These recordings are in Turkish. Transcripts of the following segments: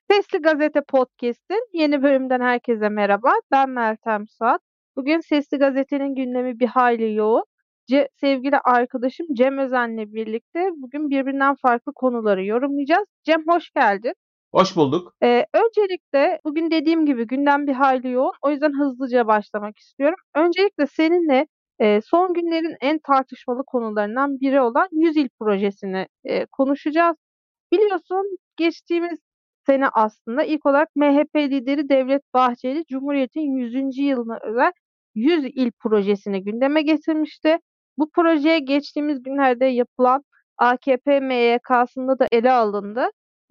Sesli Gazete Podcast'in yeni bölümden herkese merhaba. Ben Meltem Suat. Bugün Sesli Gazete'nin gündemi bir hayli yoğun. Sevgili arkadaşım Cem Özen'le birlikte bugün birbirinden farklı konuları yorumlayacağız. Cem hoş geldin. Hoş bulduk. Öncelikle bugün dediğim gibi gündem bir hayli yoğun. O yüzden hızlıca başlamak istiyorum. Öncelikle seninle son günlerin en tartışmalı konularından biri olan 100 İl projesini konuşacağız. Biliyorsun geçtiğimiz sene aslında ilk olarak MHP lideri Devlet Bahçeli Cumhuriyet'in 100. yılına özel 100 il projesini gündeme getirmişti. Bu projeye geçtiğimiz günlerde yapılan AKP MYK'sında da ele alındı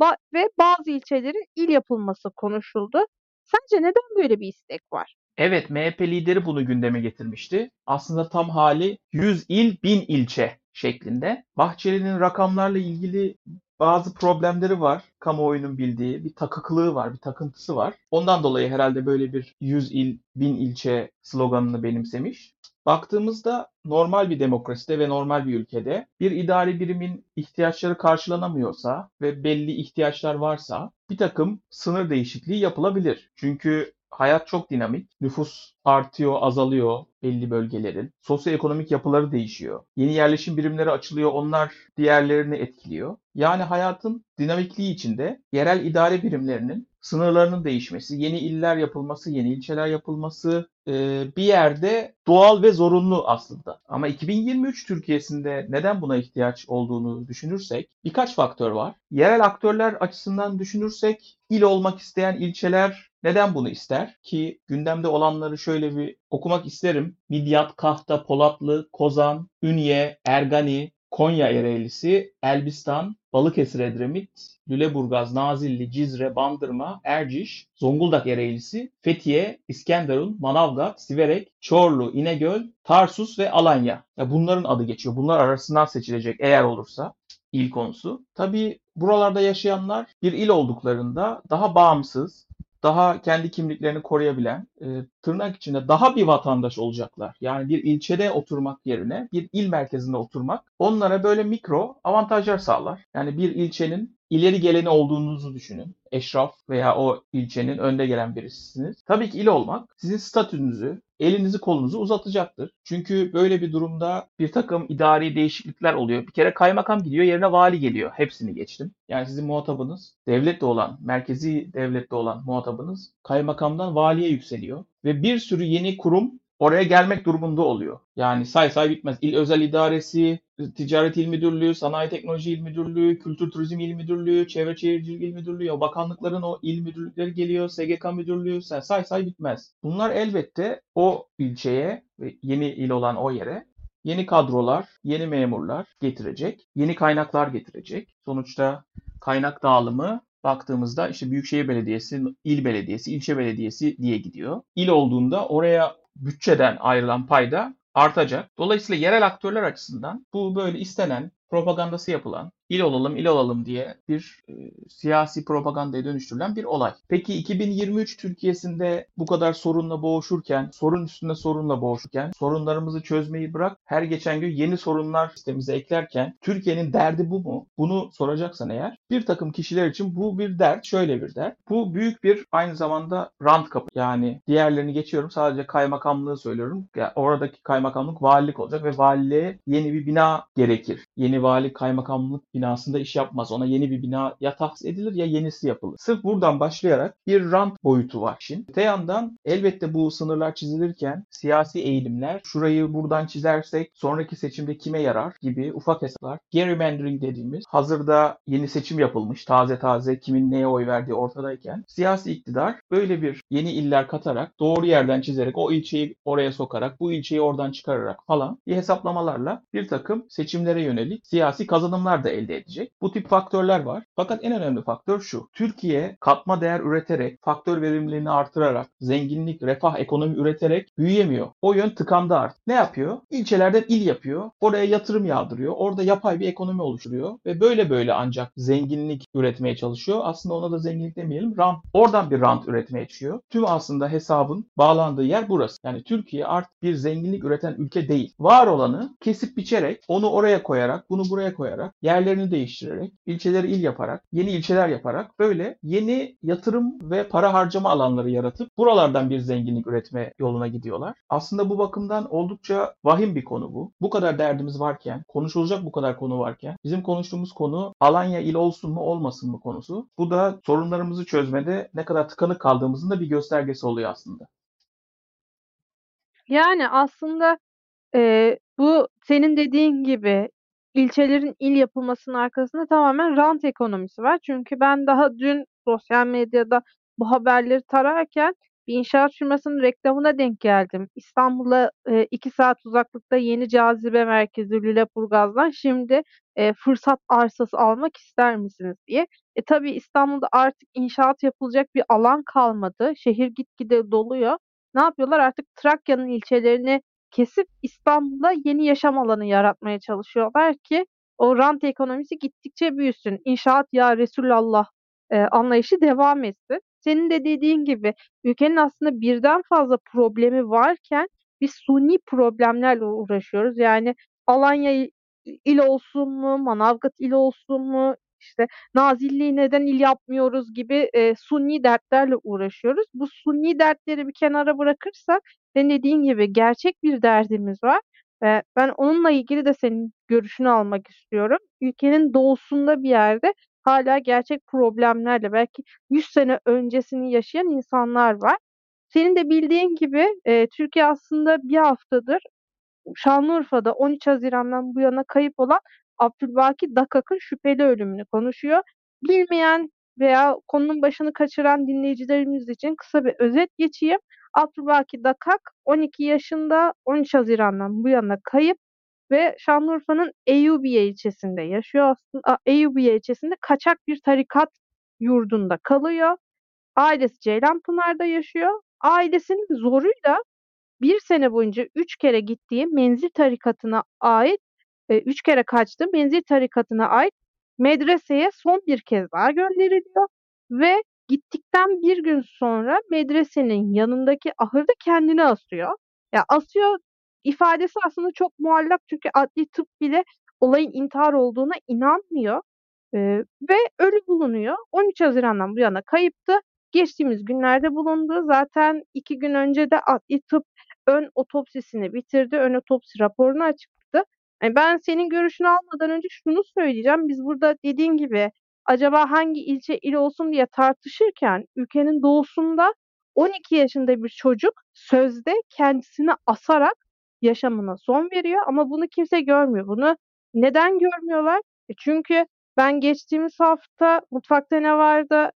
ve bazı ilçelerin il yapılması konuşuldu. Sence neden böyle bir istek var? Evet, MHP lideri bunu gündeme getirmişti. Aslında tam hali 100 il 1000 ilçe şeklinde. Bahçeli'nin rakamlarla ilgili bazı problemleri var. Kamuoyunun bildiği bir takıklığı var, bir takıntısı var. Ondan dolayı herhalde böyle bir 100 il 1000 ilçe sloganını benimsemiş. Baktığımızda normal bir demokraside ve normal bir ülkede bir idari birimin ihtiyaçları karşılanamıyorsa ve belli ihtiyaçlar varsa bir takım sınır değişikliği yapılabilir. Çünkü hayat çok dinamik. Nüfus artıyor, azalıyor belli bölgelerin. Sosyoekonomik yapıları değişiyor. Yeni yerleşim birimleri açılıyor, onlar diğerlerini etkiliyor. Yani hayatın dinamikliği içinde yerel idare birimlerinin sınırlarının değişmesi, yeni iller yapılması, yeni ilçeler yapılması bir yerde doğal ve zorunlu aslında. Ama 2023 Türkiye'sinde neden buna ihtiyaç olduğunu düşünürsek birkaç faktör var. Yerel aktörler açısından düşünürsek il olmak isteyen ilçeler neden bunu ister? Ki gündemde olanları şöyle bir okumak isterim. Midyat, Kahta, Polatlı, Kozan, Ünye, Ergani, Konya Ereğlisi, Elbistan, Balıkesir Edremit, Lüleburgaz, Nazilli, Cizre, Bandırma, Erciş, Zonguldak Ereğlisi, Fethiye, İskenderun, Manavgat, Siverek, Çorlu, İnegöl, Tarsus ve Alanya. Ya bunların adı geçiyor. Bunlar arasından seçilecek eğer olursa il konusu. Tabii buralarda yaşayanlar bir il olduklarında daha bağımsız, daha kendi kimliklerini koruyabilen, tırnak içinde daha bir vatandaş olacaklar. Yani bir ilçede oturmak yerine bir il merkezinde oturmak onlara böyle mikro avantajlar sağlar. Yani bir ilçenin ileri geleni olduğunuzu düşünün. Eşraf veya o ilçenin önde gelen birisisiniz. Tabii ki il olmak sizin statünüzü, elinizi kolunuzu uzatacaktır. Çünkü böyle bir durumda bir takım idari değişiklikler oluyor. Bir kere kaymakam gidiyor, yerine vali geliyor. Hepsini geçtim. Yani sizin muhatabınız devletle olan, merkezi devletle olan muhatabınız kaymakamdan valiye yükseliyor. Ve bir sürü yeni kurum oraya gelmek durumunda oluyor. Yani say say bitmez. İl Özel İdaresi, Ticaret İl Müdürlüğü, Sanayi Teknoloji İl Müdürlüğü, Kültür Turizm İl Müdürlüğü, Çevre Şehircilik İl Müdürlüğü, o bakanlıkların o il müdürlükleri geliyor, SGK Müdürlüğü, say say bitmez. Bunlar elbette o ilçeye ve yeni il olan o yere yeni kadrolar, yeni memurlar getirecek, yeni kaynaklar getirecek. Sonuçta kaynak dağılımı baktığımızda işte Büyükşehir Belediyesi, il belediyesi, ilçe belediyesi diye gidiyor. İl olduğunda oraya bütçeden ayrılan payda artacak. Dolayısıyla yerel aktörler açısından bu böyle istenen, propagandası yapılan, il olalım, il olalım diye bir siyasi propagandaya dönüştürülen bir olay. Peki 2023 Türkiye'sinde bu kadar sorunla boğuşurken, sorun üstünde sorunla boğuşurken, sorunlarımızı çözmeyi bırak, her geçen gün yeni sorunlar sistemimize eklerken Türkiye'nin derdi bu mu? Bunu soracaksan eğer bir takım kişiler için bu bir dert, şöyle bir dert. Bu büyük bir aynı zamanda rant kapı. Yani diğerlerini geçiyorum, sadece kaymakamlığı söylüyorum. Yani oradaki kaymakamlık valilik olacak ve valiliğe yeni bir bina gerekir. Yeni vali kaymakamlık binasında iş yapmaz. Ona yeni bir bina ya tahsis edilir ya yenisi yapılır. Sırf buradan başlayarak bir rant boyutu var işin. Öte yandan elbette bu sınırlar çizilirken siyasi eğilimler, şurayı buradan çizersek sonraki seçimde kime yarar gibi ufak hesaplar. Gerrymandering dediğimiz, hazırda yeni seçim yapılmış, taze taze kimin neye oy verdiği ortadayken siyasi iktidar böyle bir yeni iller katarak, doğru yerden çizerek, o ilçeyi oraya sokarak, bu ilçeyi oradan çıkararak falan bir hesaplamalarla bir takım seçimlere yönelik siyasi kazanımlar da elde edecek. Bu tip faktörler var. Fakat en önemli faktör şu: Türkiye katma değer üreterek, faktör verimliliğini artırarak, zenginlik, refah, ekonomi üreterek büyüyemiyor. O yön tıkandı artık. Ne yapıyor? İlçelerden il yapıyor. Oraya yatırım yağdırıyor. Orada yapay bir ekonomi oluşturuyor. Ve böyle böyle ancak zenginlik üretmeye çalışıyor. Aslında ona da zenginlik demeyelim. Rant. Oradan bir rant üretmeye çalışıyor. Tüm aslında hesabın bağlandığı yer burası. Yani Türkiye artık bir zenginlik üreten ülke değil. Var olanı kesip biçerek, onu oraya koyarak, bunu bunu buraya koyarak, yerlerini değiştirerek, ilçeleri il yaparak, yeni ilçeler yaparak böyle yeni yatırım ve para harcama alanları yaratıp buralardan bir zenginlik üretme yoluna gidiyorlar. Aslında bu bakımdan oldukça vahim bir konu bu. Bu kadar derdimiz varken, konuşulacak bu kadar konu varken, bizim konuştuğumuz konu Alanya il olsun mu olmasın mı konusu. Bu da sorunlarımızı çözmede ne kadar tıkanık kaldığımızın da bir göstergesi oluyor aslında. Yani aslında bu senin dediğin gibi ilçelerin il yapılmasının arkasında tamamen rant ekonomisi var. Çünkü ben daha dün sosyal medyada bu haberleri tararken bir inşaat firmasının reklamına denk geldim. İstanbul'a 2 saat uzaklıkta yeni cazibe merkezi Lüleburgaz'dan şimdi fırsat arsası almak ister misiniz diye. Tabii İstanbul'da artık inşaat yapılacak bir alan kalmadı. Şehir gitgide doluyor. Ne yapıyorlar? Artık Trakya'nın ilçelerini kesip İstanbul'da yeni yaşam alanı yaratmaya çalışıyorlar ki o rant ekonomisi gittikçe büyüsün. İnşaat ya Resulallah anlayışı devam etsin. Senin de dediğin gibi ülkenin aslında birden fazla problemi varken biz suni problemlerle uğraşıyoruz. Yani Alanya il olsun mu, Manavgat il olsun mu, işte Nazilli'yi neden il yapmıyoruz gibi suni dertlerle uğraşıyoruz. Bu suni dertleri bir kenara bırakırsak senin dediğin gibi gerçek bir derdimiz var. Ben onunla ilgili de senin görüşünü almak istiyorum. Ülkenin doğusunda bir yerde hala gerçek problemlerle belki 100 sene öncesini yaşayan insanlar var. Senin de bildiğin gibi Türkiye aslında bir haftadır Şanlıurfa'da 13 Haziran'dan bu yana kayıp olan Abdülbaki Dakak'ın şüpheli ölümünü konuşuyor. Bilmeyen veya konunun başını kaçıran dinleyicilerimiz için kısa bir özet geçeyim. Abdülbaki Dakak 12 yaşında 13 Haziran'dan bu yana kayıp ve Şanlıurfa'nın Eyyubiye ilçesinde yaşıyor aslında. Eyyubiye ilçesinde kaçak bir tarikat yurdunda kalıyor. Ailesi Ceylanpınar'da yaşıyor. Ailesinin zoruyla 1 sene boyunca 3 kere gittiği Menzil tarikatına ait, 3 kere kaçtığı Menzil tarikatına ait medreseye son bir kez daha gönderiliyor ve gittikten bir gün sonra medresenin yanındaki ahırda kendini asıyor. Ya asıyor ifadesi aslında çok muallak çünkü adli tıp bile olayın intihar olduğuna inanmıyor. Ve ölü bulunuyor. 13 Haziran'dan bu yana kayıptı. Geçtiğimiz günlerde bulundu. Zaten 2 gün önce de adli tıp ön otopsisini bitirdi. Ön otopsi raporunu açıkladı. Yani ben senin görüşünü almadan önce şunu söyleyeceğim. Biz burada dediğin gibi acaba hangi ilçe il olsun diye tartışırken ülkenin doğusunda 12 yaşında bir çocuk sözde kendisini asarak yaşamına son veriyor ama bunu kimse görmüyor. Bunu neden görmüyorlar? Çünkü ben geçtiğimiz hafta Mutfakta Ne Var'da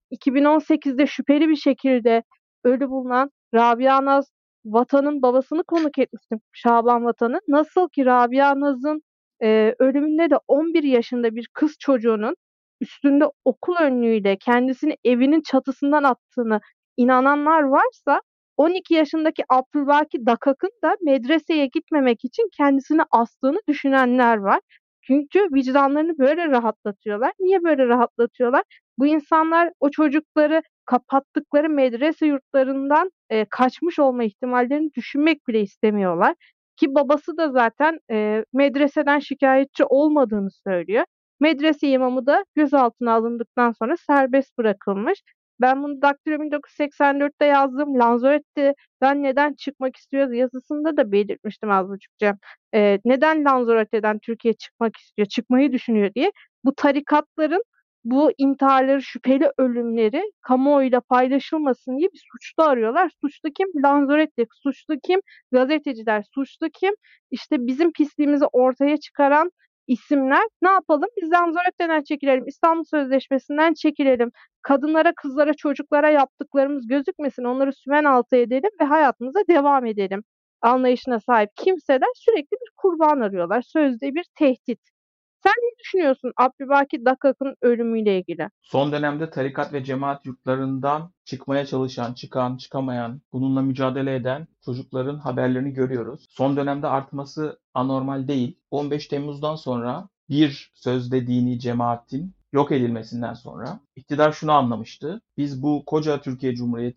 2018'de şüpheli bir şekilde ölü bulunan Rabia Naz Vatan'ın babasını konuk etmiştim. Şaban Vatan'ı. Nasıl ki Rabia Naz'ın ölümünde de 11 yaşında bir kız çocuğunun üstünde okul önlüğüyle kendisini evinin çatısından attığını inananlar varsa 12 yaşındaki Abdülbaki Dakak'ın da medreseye gitmemek için kendisini astığını düşünenler var. Çünkü vicdanlarını böyle rahatlatıyorlar. Niye böyle rahatlatıyorlar? Bu insanlar o çocukları kapattıkları medrese yurtlarından kaçmış olma ihtimallerini düşünmek bile istemiyorlar. Ki babası da zaten medreseden şikayetçi olmadığını söylüyor. Medrese imamı da gözaltına alındıktan sonra serbest bırakılmış. Ben bunu Daktilo 1984'te yazdığım Lanzarote'den neden çıkmak istiyoruz yazısında da belirtmiştim az buçukça. Neden Lanzarote'den Türkiye çıkmak istiyor, çıkmayı düşünüyor diye. Bu tarikatların bu intiharları, şüpheli ölümleri kamuoyuyla paylaşılmasın diye bir suçlu arıyorlar. Suçlu kim? Lanzarote. Suçlu kim? Gazeteciler. Suçlu kim? İşte bizim pisliğimizi ortaya çıkaran isimler. Ne yapalım? Biz Lanzarote'den çekilelim. İstanbul Sözleşmesi'nden çekilelim. Kadınlara, kızlara, çocuklara yaptıklarımız gözükmesin. Onları sümen altı edelim ve hayatımıza devam edelim anlayışına sahip kimseler sürekli bir kurban arıyorlar. Sözde bir tehdit. Sen ne düşünüyorsun Abdülbaki Dakak'ın ölümüyle ilgili? Son dönemde tarikat ve cemaat yurtlarından çıkmaya çalışan, çıkan, çıkamayan, bununla mücadele eden çocukların haberlerini görüyoruz. Son dönemde artması anormal değil. 15 Temmuz'dan sonra bir sözde dini cemaatin yok edilmesinden sonra iktidar şunu anlamıştı. Biz bu koca Türkiye Cumhuriyeti'ni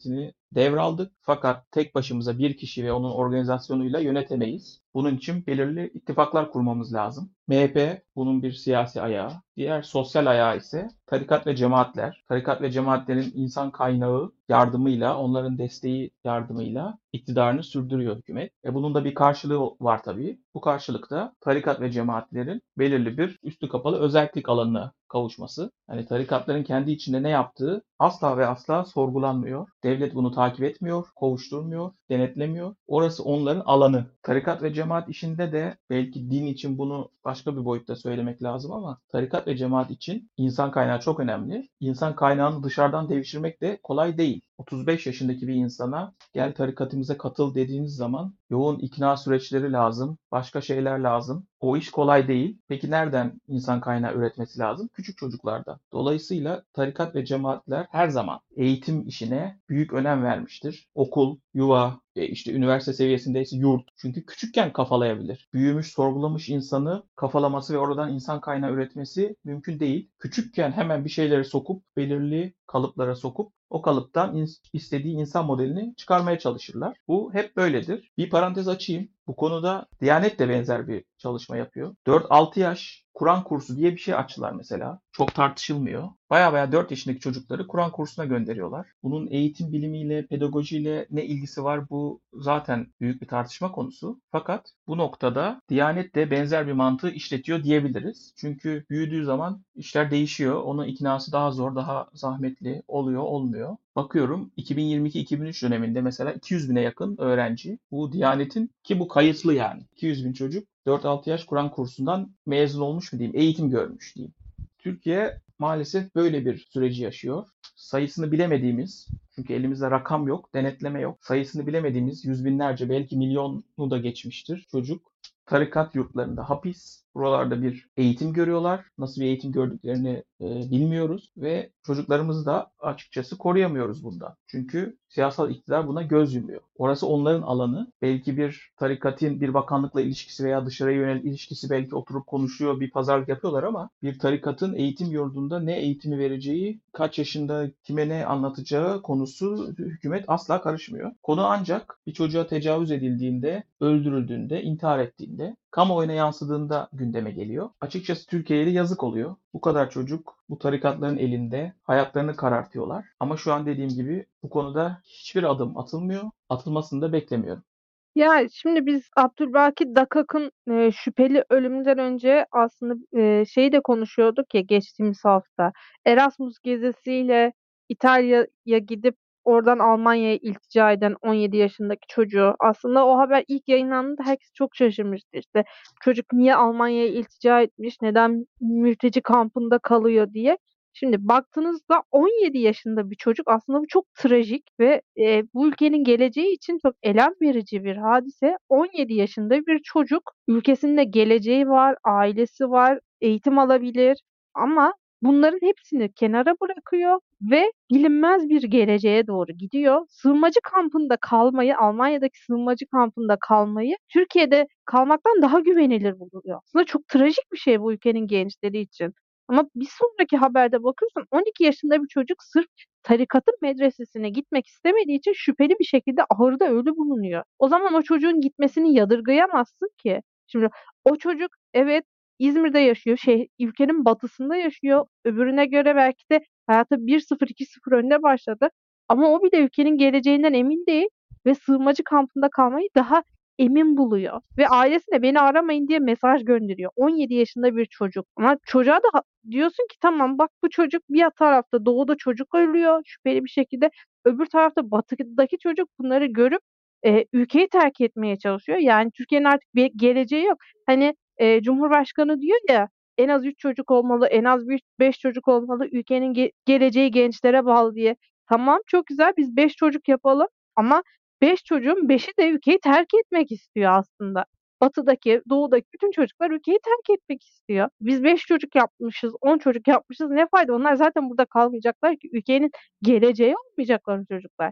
devraldık. Fakat tek başımıza bir kişi ve onun organizasyonuyla yönetemeyiz. Bunun için belirli ittifaklar kurmamız lazım. MHP bunun bir siyasi ayağı. Diğer sosyal ayağı ise tarikat ve cemaatler. Tarikat ve cemaatlerin insan kaynağı yardımıyla, onların desteği yardımıyla iktidarını sürdürüyor hükümet. Bunun da bir karşılığı var tabii. Bu karşılıkta tarikat ve cemaatlerin belirli bir üstü kapalı özellik alanına kavuşması. Yani tarikatların kendi içinde ne yaptığı asla ve asla sorgulanmıyor. Devlet bunu takip etmiyor, kovuşturmuyor, denetlemiyor. Orası onların alanı. Tarikat ve cemaat işinde de belki din için bunu başka bir boyutta söylemek lazım ama tarikat ve cemaat için insan kaynağı çok önemli. İnsan kaynağını dışarıdan devşirmek de kolay değil. 35 yaşındaki bir insana gel tarikatımıza katıl dediğiniz zaman yoğun ikna süreçleri lazım, başka şeyler lazım. O iş kolay değil. Peki nereden insan kaynağı üretmesi lazım? Küçük çocuklardan. Dolayısıyla tarikat ve cemaatler her zaman eğitim işine büyük önem vermiştir. Okul, yuva, işte üniversite seviyesindeyse yurt. Çünkü küçükken kafalayabilir. Büyümüş, sorgulamış insanı kafalaması ve oradan insan kaynağı üretmesi mümkün değil. Küçükken hemen bir şeyleri sokup, belirli kalıplara sokup o kalıptan istediği insan modelini çıkarmaya çalışırlar. Bu hep böyledir. Bir parantez açayım. Bu konuda Diyanet de benzer bir çalışma yapıyor. 4-6 yaş Kur'an kursu diye bir şey açtılar mesela. Çok tartışılmıyor. Baya baya 4 yaşındaki çocukları Kur'an kursuna gönderiyorlar. Bunun eğitim bilimiyle, pedagojiyle ne ilgisi var, bu zaten büyük bir tartışma konusu. Fakat bu noktada Diyanet de benzer bir mantığı işletiyor diyebiliriz. Çünkü büyüdüğü zaman işler değişiyor. Onun iknası daha zor, daha zahmetli oluyor, olmuyor. Bakıyorum 2022-2023 döneminde mesela 200 bine yakın öğrenci bu Diyanet'in, ki bu kayıtlı yani, 200 bin çocuk 4-6 yaş Kur'an kursundan mezun olmuş mu diyeyim, eğitim görmüş diyeyim. Türkiye maalesef böyle bir süreci yaşıyor. Sayısını bilemediğimiz, çünkü elimizde rakam yok, denetleme yok. Sayısını bilemediğimiz yüz binlerce, belki milyonu da geçmiştir çocuk tarikat yurtlarında hapis. Buralarda bir eğitim görüyorlar. Nasıl bir eğitim gördüklerini bilmiyoruz ve çocuklarımızı da açıkçası koruyamıyoruz bundan. Çünkü siyasal iktidar buna göz yumuyor. Orası onların alanı. Belki bir tarikatın bir bakanlıkla ilişkisi veya dışarıya yönelik ilişkisi, belki oturup konuşuyor, bir pazarlık yapıyorlar ama bir tarikatın eğitim yurdunda ne eğitimi vereceği, kaç yaşında kime ne anlatacağı konusu hükümet asla karışmıyor. Konu ancak bir çocuğa tecavüz edildiğinde, öldürüldüğünde, intihar ettiğinde, kamuoyuna yansıdığında gündeme geliyor. Açıkçası Türkiye'ye yazık oluyor. Bu kadar çocuk bu tarikatların elinde hayatlarını karartıyorlar. Ama şu an dediğim gibi bu konuda hiçbir adım atılmıyor. Atılmasını da beklemiyorum. Ya şimdi biz Abdülbaki Dakak'ın şüpheli ölümünden önce aslında şeyi de konuşuyorduk ya geçtiğimiz hafta. Erasmus gezisiyle İtalya'ya gidip oradan Almanya'ya iltica eden 17 yaşındaki çocuğu. Aslında o haber ilk yayınlandığında herkes çok şaşırmıştı işte. Çocuk niye Almanya'ya iltica etmiş, neden mülteci kampında kalıyor diye. Şimdi baktığınızda 17 yaşında bir çocuk, aslında bu çok trajik ve bu ülkenin geleceği için çok elem verici bir hadise. 17 yaşında bir çocuk, ülkesinde geleceği var, ailesi var, eğitim alabilir ama bunların hepsini kenara bırakıyor ve bilinmez bir geleceğe doğru gidiyor. Sığınmacı kampında kalmayı, Almanya'daki sığınmacı kampında kalmayı Türkiye'de kalmaktan daha güvenilir buluyor. Aslında çok trajik bir şey bu ülkenin gençleri için. Ama bir sonraki haberde bakıyorsun 12 yaşında bir çocuk sırf tarikatın medresesine gitmek istemediği için şüpheli bir şekilde ahırda ölü bulunuyor. O zaman o çocuğun gitmesini yadırgayamazsın ki. Şimdi o çocuk evet İzmir'de yaşıyor, ülkenin batısında yaşıyor. Öbürüne göre belki de hayata 1-0 2-0 önde başladı. Ama o bile ülkenin geleceğinden emin değil ve sığınmacı kampında kalmayı daha emin buluyor. Ve ailesine beni aramayın diye mesaj gönderiyor. 17 yaşında bir çocuk. Ama çocuğa da diyorsun ki tamam bak, bu çocuk bir tarafta doğuda çocuk ölüyor şüpheli bir şekilde. Öbür tarafta batıdaki çocuk bunları görüp ülkeyi terk etmeye çalışıyor. Yani Türkiye'nin artık bir geleceği yok. Hani Cumhurbaşkanı diyor ya, en az 3 çocuk olmalı, en az 5 çocuk olmalı, ülkenin geleceği gençlere bağlı diye. Tamam çok güzel, biz 5 çocuk yapalım ama 5 çocuğun 5'i de ülkeyi terk etmek istiyor aslında. Batıdaki, doğudaki bütün çocuklar ülkeyi terk etmek istiyor. Biz 5 çocuk yapmışız, 10 çocuk yapmışız. Ne fayda? Onlar zaten burada kalmayacaklar ki. Ülkenin geleceği olmayacaklar o çocuklar.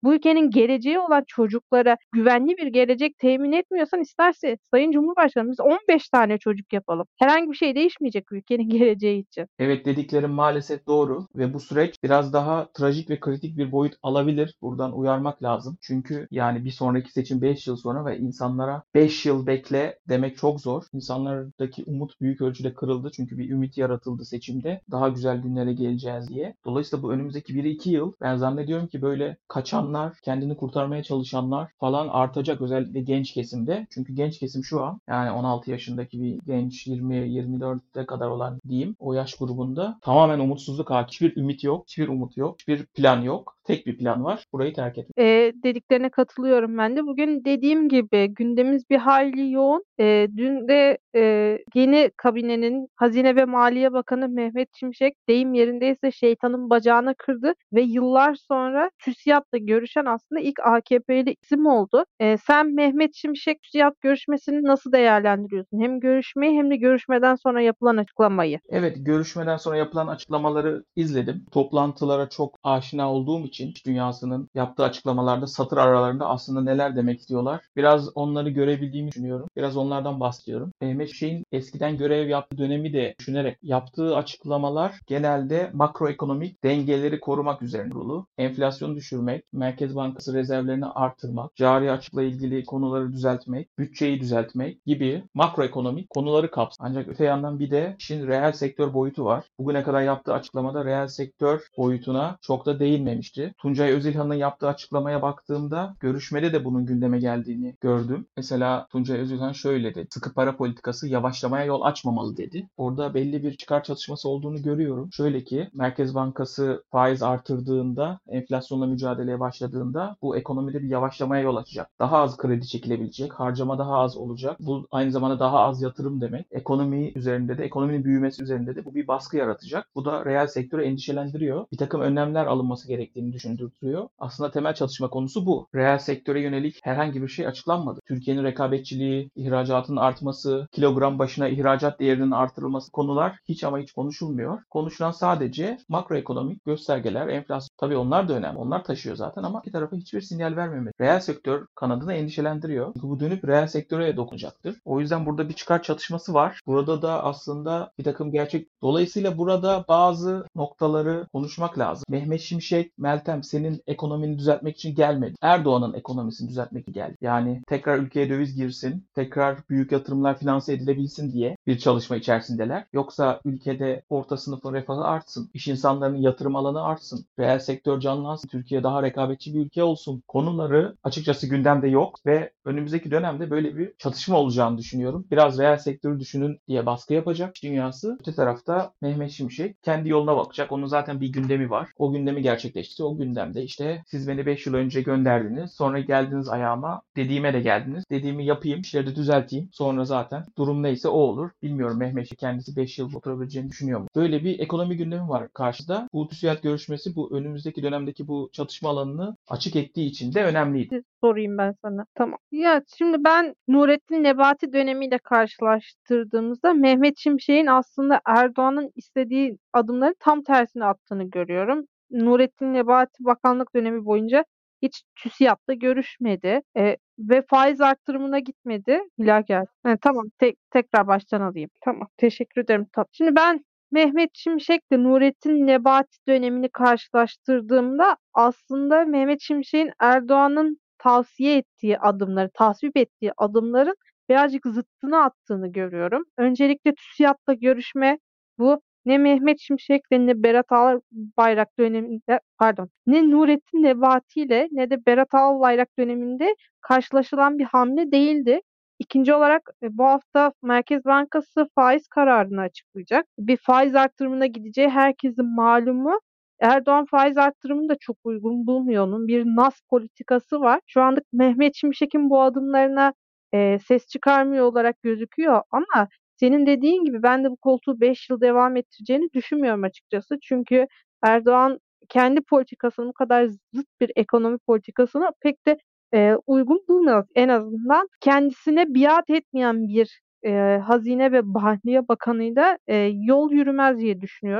bu ülkenin geleceği olan çocuklara güvenli bir gelecek temin etmiyorsan isterse Sayın Cumhurbaşkanım biz 15 tane çocuk yapalım. Herhangi bir şey değişmeyecek ülkenin geleceği için. Evet, dediklerim maalesef doğru ve bu süreç biraz daha trajik ve kritik bir boyut alabilir. Buradan uyarmak lazım. Çünkü yani bir sonraki seçim 5 yıl sonra ve insanlara 5 yıl bekle demek çok zor. İnsanlardaki umut büyük ölçüde kırıldı. Çünkü bir ümit yaratıldı seçimde. Daha güzel günlere geleceğiz diye. Dolayısıyla bu önümüzdeki 1-2 yıl ben zannediyorum ki böyle kaçanlar, kendini kurtarmaya çalışanlar falan artacak, özellikle genç kesimde. Çünkü genç kesim şu an yani 16 yaşındaki bir genç, 20-24'e kadar olan diyeyim, o yaş grubunda tamamen umutsuzluk hakim. Hiçbir ümit yok, hiçbir umut yok, hiçbir plan yok. Tek bir plan var. Burayı terk etmek. Dediklerine katılıyorum ben de. Bugün dediğim gibi gündemimiz bir hayli yoğun. Dün de yeni kabinenin Hazine ve Maliye Bakanı Mehmet Şimşek deyim yerindeyse şeytanın bacağını kırdı ve yıllar sonra TÜSİAD'la görüşen aslında ilk AKP'li isim oldu. Sen Mehmet Şimşek TÜSİAD görüşmesini nasıl değerlendiriyorsun? Hem görüşmeyi hem de görüşmeden sonra yapılan açıklamayı. Evet, görüşmeden sonra yapılan açıklamaları izledim. Toplantılara çok aşina olduğum için iş dünyasının yaptığı açıklamalarda satır aralarında aslında neler demek istiyorlar. Biraz onları görebildiğimi düşünüyorum. Biraz onlardan bahsediyorum. Mehmet Şeyh'in eskiden görev yaptığı dönemi de düşünerek yaptığı açıklamalar genelde makroekonomik dengeleri korumak üzerine kurulu. Enflasyonu düşürmek, Merkez Bankası rezervlerini artırmak, cari açıkla ilgili konuları düzeltmek, bütçeyi düzeltmek gibi makroekonomik konuları kapsıyor. Ancak öte yandan bir de işin reel sektör boyutu var. Bugüne kadar yaptığı açıklamada reel sektör boyutuna çok da değinmemişti. Tuncay Özilhan'ın yaptığı açıklamaya baktığımda görüşmede de bunun gündeme geldiğini gördüm. Mesela Tuncay Özilhan şöyle dedi. Sıkı para politikası yavaşlamaya yol açmamalı dedi. Orada belli bir çıkar çatışması olduğunu görüyorum. Şöyle ki Merkez Bankası faiz artırdığında, enflasyonla mücadeleye başladığında bu ekonomide bir yavaşlamaya yol açacak. Daha az kredi çekilebilecek, harcama daha az olacak. Bu aynı zamanda daha az yatırım demek. Ekonomi üzerinde de, ekonominin büyümesi üzerinde de bu bir baskı yaratacak. Bu da reel sektörü endişelendiriyor. Bir takım önlemler alınması gerektiğini düşündürtüyor. Aslında temel çatışma konusu bu. Reel sektöre yönelik herhangi bir şey açıklanmadı. Türkiye'nin rekabetçiliği, ihracatın artması, kilogram başına ihracat değerinin artırılması konular hiç ama hiç konuşulmuyor. Konuşulan sadece makroekonomik göstergeler, enflasyon. Tabii onlar da önemli. Onlar taşıyor zaten ama iki tarafa hiçbir sinyal vermemek. Reel sektör kanadını endişelendiriyor. Çünkü bu dönüp reel sektöre dokunacaktır. O yüzden burada bir çıkar çatışması var. Burada da aslında bir takım gerçek. Dolayısıyla burada bazı noktaları konuşmak lazım. Mehmet Şimşek, Meltem senin ekonomini düzeltmek için gelmedi. Erdoğan'ın ekonomisini düzeltmek için geldi. Yani tekrar ülkeye döviz girsin, tekrar büyük yatırımlar finanse edilebilsin diye bir çalışma içerisindeler. Yoksa ülkede orta sınıfın refahı artsın, iş insanlarının yatırım alanı artsın, reel sektör canlansın, Türkiye daha rekabetçi bir ülke olsun konuları açıkçası gündemde yok ve önümüzdeki dönemde böyle bir çatışma olacağını düşünüyorum. Biraz reel sektörü düşünün diye baskı yapacak dünyası. Öte tarafta Mehmet Şimşek kendi yoluna bakacak. Onun zaten bir gündemi var. O gündemi gerçekleşti. O gündemde işte siz beni 5 yıl önce gönderdiniz. Sonra geldiniz ayağıma. Dediğime de geldiniz. Dediğimi yapayım. İşleri de düzelteyim. Sonra zaten durum neyse o olur. Bilmiyorum Mehmet Şimşek kendisi 5 yıl oturabileceğini düşünüyor mu? Böyle bir ekonomi gündemi var karşıda. Bu TÜSİAD görüşmesi bu önümüzdeki dönemdeki bu çatışma alanını açık ettiği için de önemliydi. Sorayım ben sana. Tamam. Ya şimdi ben Nurettin Nebati dönemiyle karşılaştırdığımızda Mehmet Şimşek'in aslında Erdoğan'ın istediği adımları tam tersine attığını görüyorum. Nurettin Nebati bakanlık dönemi boyunca hiç TÜSİAD'la görüşmedi ve faiz arttırımına gitmedi. Hilal. Tamam, tekrar baştan alayım. Tamam, teşekkür ederim. Şimdi ben Mehmet Şimşek'le Nurettin Nebati dönemini karşılaştırdığımda aslında Mehmet Şimşek'in Erdoğan'ın tavsiye ettiği adımları, tasvip ettiği adımların birazcık zıttını attığını görüyorum. Öncelikle TÜSİAD'la görüşme bu ne Mehmet Şimşek'le ne Berat Albayrak döneminde ne Nurettin Nebati ile ne de Berat Albayrak döneminde karşılaşılan bir hamle değildi. İkinci olarak bu hafta Merkez Bankası faiz kararını açıklayacak. Bir faiz artırımına gideceği herkesin malumu. Erdoğan faiz artırımını da çok uygun bulmuyor. Onun bir nas politikası var. Şu anlık Mehmet Şimşek'in bu adımlarına ses çıkarmıyor olarak gözüküyor ama senin dediğin gibi ben de bu koltuğu 5 yıl devam ettireceğini düşünmüyorum açıkçası. Çünkü Erdoğan kendi politikasının bu kadar zıt bir ekonomi politikasını pek de uygun bulmuyor. En azından kendisine biat etmeyen bir Hazine ve Maliye Bakanı'yla yol yürümez diye düşünüyorum.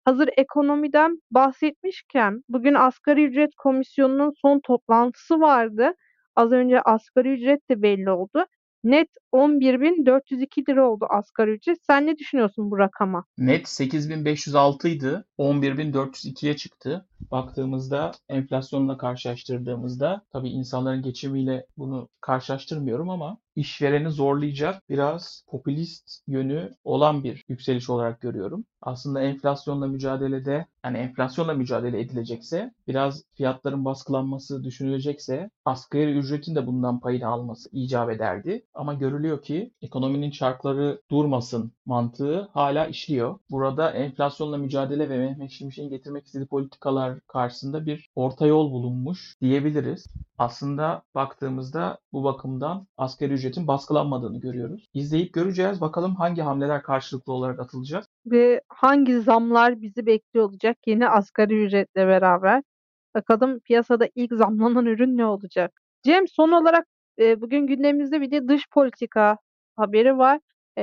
Hazır ekonomiden bahsetmişken bugün asgari ücret komisyonunun son toplantısı vardı. Az önce asgari ücret de belli oldu. Net 11.402 lira oldu asgari ücret. Sen ne düşünüyorsun bu rakama? Net 8.506 idi. 11.402'ye çıktı. Baktığımızda enflasyonla karşılaştırdığımızda tabii insanların geçimiyle bunu karşılaştırmıyorum ama işvereni zorlayacak biraz popülist yönü olan bir yükseliş olarak görüyorum. Aslında enflasyonla mücadelede yani enflasyonla mücadele edilecekse biraz fiyatların baskılanması düşünülecekse asgari ücretin de bundan payını alması icap ederdi. Ama görülüyor ki ekonominin çarkları durmasın mantığı hala işliyor. Burada enflasyonla mücadele ve Mehmet Şimşek'in getirmek istediği politikalar karşısında bir orta yol bulunmuş diyebiliriz. Aslında baktığımızda bu bakımdan asgari ücretin baskılanmadığını görüyoruz. İzleyip göreceğiz. Bakalım hangi hamleler karşılıklı olarak atılacak. Ve hangi zamlar bizi bekliyor olacak yeni asgari ücretle beraber? Bakalım piyasada ilk zamlanan ürün ne olacak? Cem, son olarak bugün gündemimizde bir de dış politika haberi var.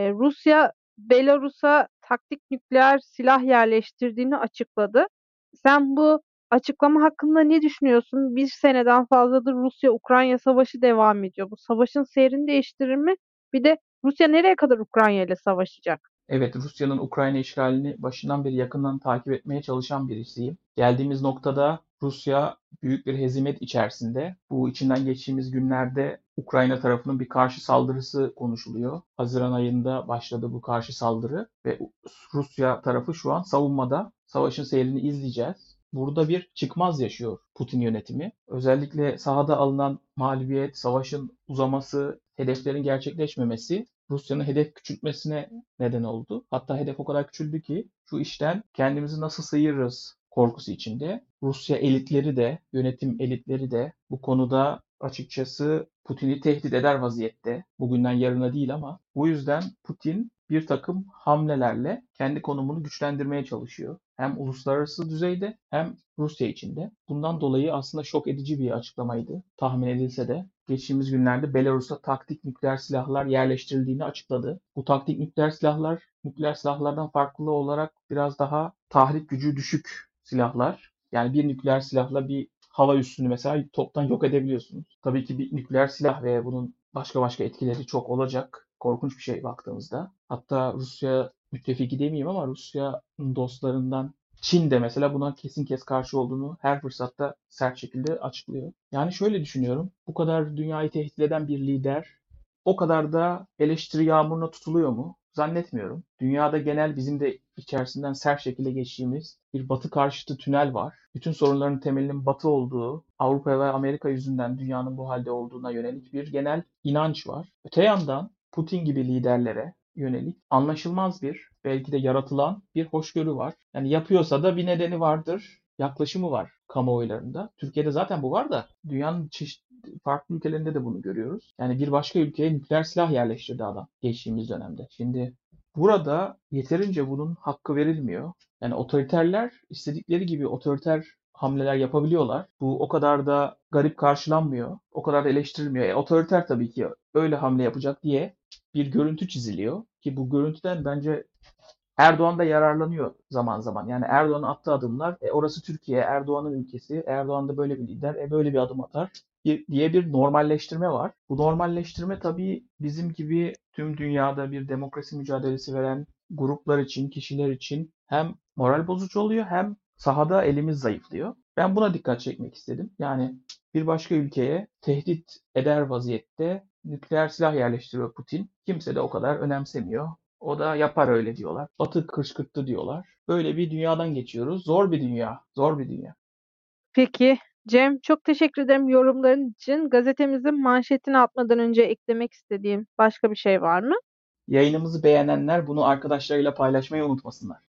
Rusya Belarus'a taktik nükleer silah yerleştirdiğini açıkladı. Sen bu açıklama hakkında ne düşünüyorsun? Bir seneden fazladır Rusya-Ukrayna savaşı devam ediyor. Bu savaşın seyrini değiştirir mi? Bir de Rusya nereye kadar Ukrayna ile savaşacak? Evet, Rusya'nın Ukrayna işgalini başından beri yakından takip etmeye çalışan birisiyim. Geldiğimiz noktada Rusya büyük bir hezimet içerisinde. Bu içinden geçtiğimiz günlerde Ukrayna tarafının bir karşı saldırısı konuşuluyor. Haziran ayında başladı bu karşı saldırı ve Rusya tarafı şu an savunmada. Savaşın seyrini izleyeceğiz. Burada bir çıkmaz yaşıyor Putin yönetimi. Özellikle sahada alınan mağlubiyet, savaşın uzaması, hedeflerin gerçekleşmemesi Rusya'nın hedef küçültmesine neden oldu. Hatta hedef o kadar küçüldü ki şu işten kendimizi nasıl sıyırırız korkusu içinde. Rusya elitleri de, yönetim elitleri de bu konuda açıkçası Putin'i tehdit eder vaziyette. Bugünden yarına değil ama bu yüzden Putin bir takım hamlelerle kendi konumunu güçlendirmeye çalışıyor. Hem uluslararası düzeyde hem Rusya içinde. Bundan dolayı aslında şok edici bir açıklamaydı. Tahmin edilse de geçtiğimiz günlerde Belarus'a taktik nükleer silahlar yerleştirildiğini açıkladı. Bu taktik nükleer silahlardan farklı olarak biraz daha tahrip gücü düşük silahlar. Yani bir nükleer silahla bir hava üssünü mesela toptan yok edebiliyorsunuz. Tabii ki bir nükleer silah ve bunun başka etkileri çok olacak. Korkunç bir şey baktığımızda. Hatta Rusya müttefiki demeyeyim ama Rusya'nın dostlarından Çin de mesela buna kesin kes karşı olduğunu her fırsatta sert şekilde açıklıyor. Yani şöyle düşünüyorum. Bu kadar dünyayı tehdit eden bir lider o kadar da eleştiri yağmuruna tutuluyor mu? Zannetmiyorum. Dünyada genel bizim de içerisinden sert şekilde geçtiğimiz bir batı karşıtı tünel var. Bütün sorunların temelinin batı olduğu, Avrupa ve Amerika yüzünden dünyanın bu halde olduğuna yönelik bir genel inanç var. Öte yandan Putin gibi liderlere yönelik anlaşılmaz bir, belki de yaratılan bir hoşgörü var. Yani yapıyorsa da bir nedeni vardır, yaklaşımı var kamuoylarında. Türkiye'de zaten bu var da dünyanın farklı ülkelerinde de bunu görüyoruz. Yani bir başka ülkeye nükleer silah yerleştirdi adam geçtiğimiz dönemde. Şimdi burada yeterince bunun hakkı verilmiyor. Yani otoriterler istedikleri gibi otoriter hamleler yapabiliyorlar. Bu o kadar da garip karşılanmıyor. O kadar da eleştirilmiyor. Otoriter tabii ki öyle hamle yapacak diye bir görüntü çiziliyor. Ki bu görüntüden bence Erdoğan da yararlanıyor zaman zaman. Yani Erdoğan'ın attığı adımlar, orası Türkiye, Erdoğan'ın ülkesi, Erdoğan da böyle bir lider, böyle bir adım atar diye bir normalleştirme var. Bu normalleştirme tabii bizim gibi tüm dünyada bir demokrasi mücadelesi veren gruplar için, kişiler için hem moral bozucu oluyor hem sahada elimiz zayıflıyor. Ben buna dikkat çekmek istedim. Yani bir başka ülkeye tehdit eder vaziyette nükleer silah yerleştiriyor Putin. Kimse de o kadar önemsemiyor. O da yapar öyle diyorlar. Batı kışkırttı diyorlar. Böyle bir dünyadan geçiyoruz. Zor bir dünya. Zor bir dünya. Peki Cem, çok teşekkür ederim yorumların için. Gazetemizin manşetini atmadan önce eklemek istediğim başka bir şey var mı? Yayınımızı beğenenler bunu arkadaşlarıyla paylaşmayı unutmasınlar.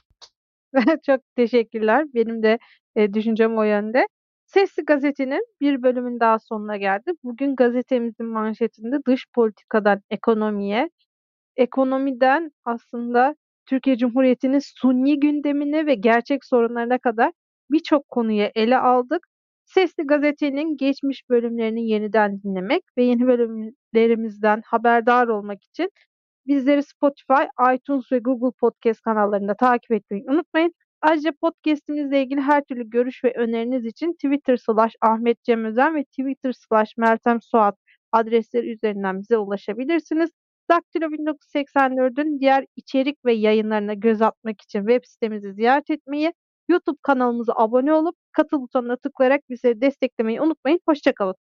Çok teşekkürler. Benim de düşüncem o yönde. Sesli Gazete'nin bir bölümün daha sonuna geldi. Bugün gazetemizin manşetinde dış politikadan ekonomiye, ekonomiden aslında Türkiye Cumhuriyeti'nin sunni gündemine ve gerçek sorunlarına kadar birçok konuyu ele aldık. Sesli Gazete'nin geçmiş bölümlerini yeniden dinlemek ve yeni bölümlerimizden haberdar olmak için bizleri Spotify, iTunes ve Google Podcast kanallarında takip etmeyi unutmayın. Ayrıca podcast'imizle ilgili her türlü görüş ve öneriniz için Twitter/Ahmet Cem Özen ve Twitter/Meltem Suat adresleri üzerinden bize ulaşabilirsiniz. Daktilo 1984'ün diğer içerik ve yayınlarına göz atmak için web sitemizi ziyaret etmeyi, YouTube kanalımıza abone olup katıl butonuna tıklayarak bizi desteklemeyi unutmayın. Hoşça kalın.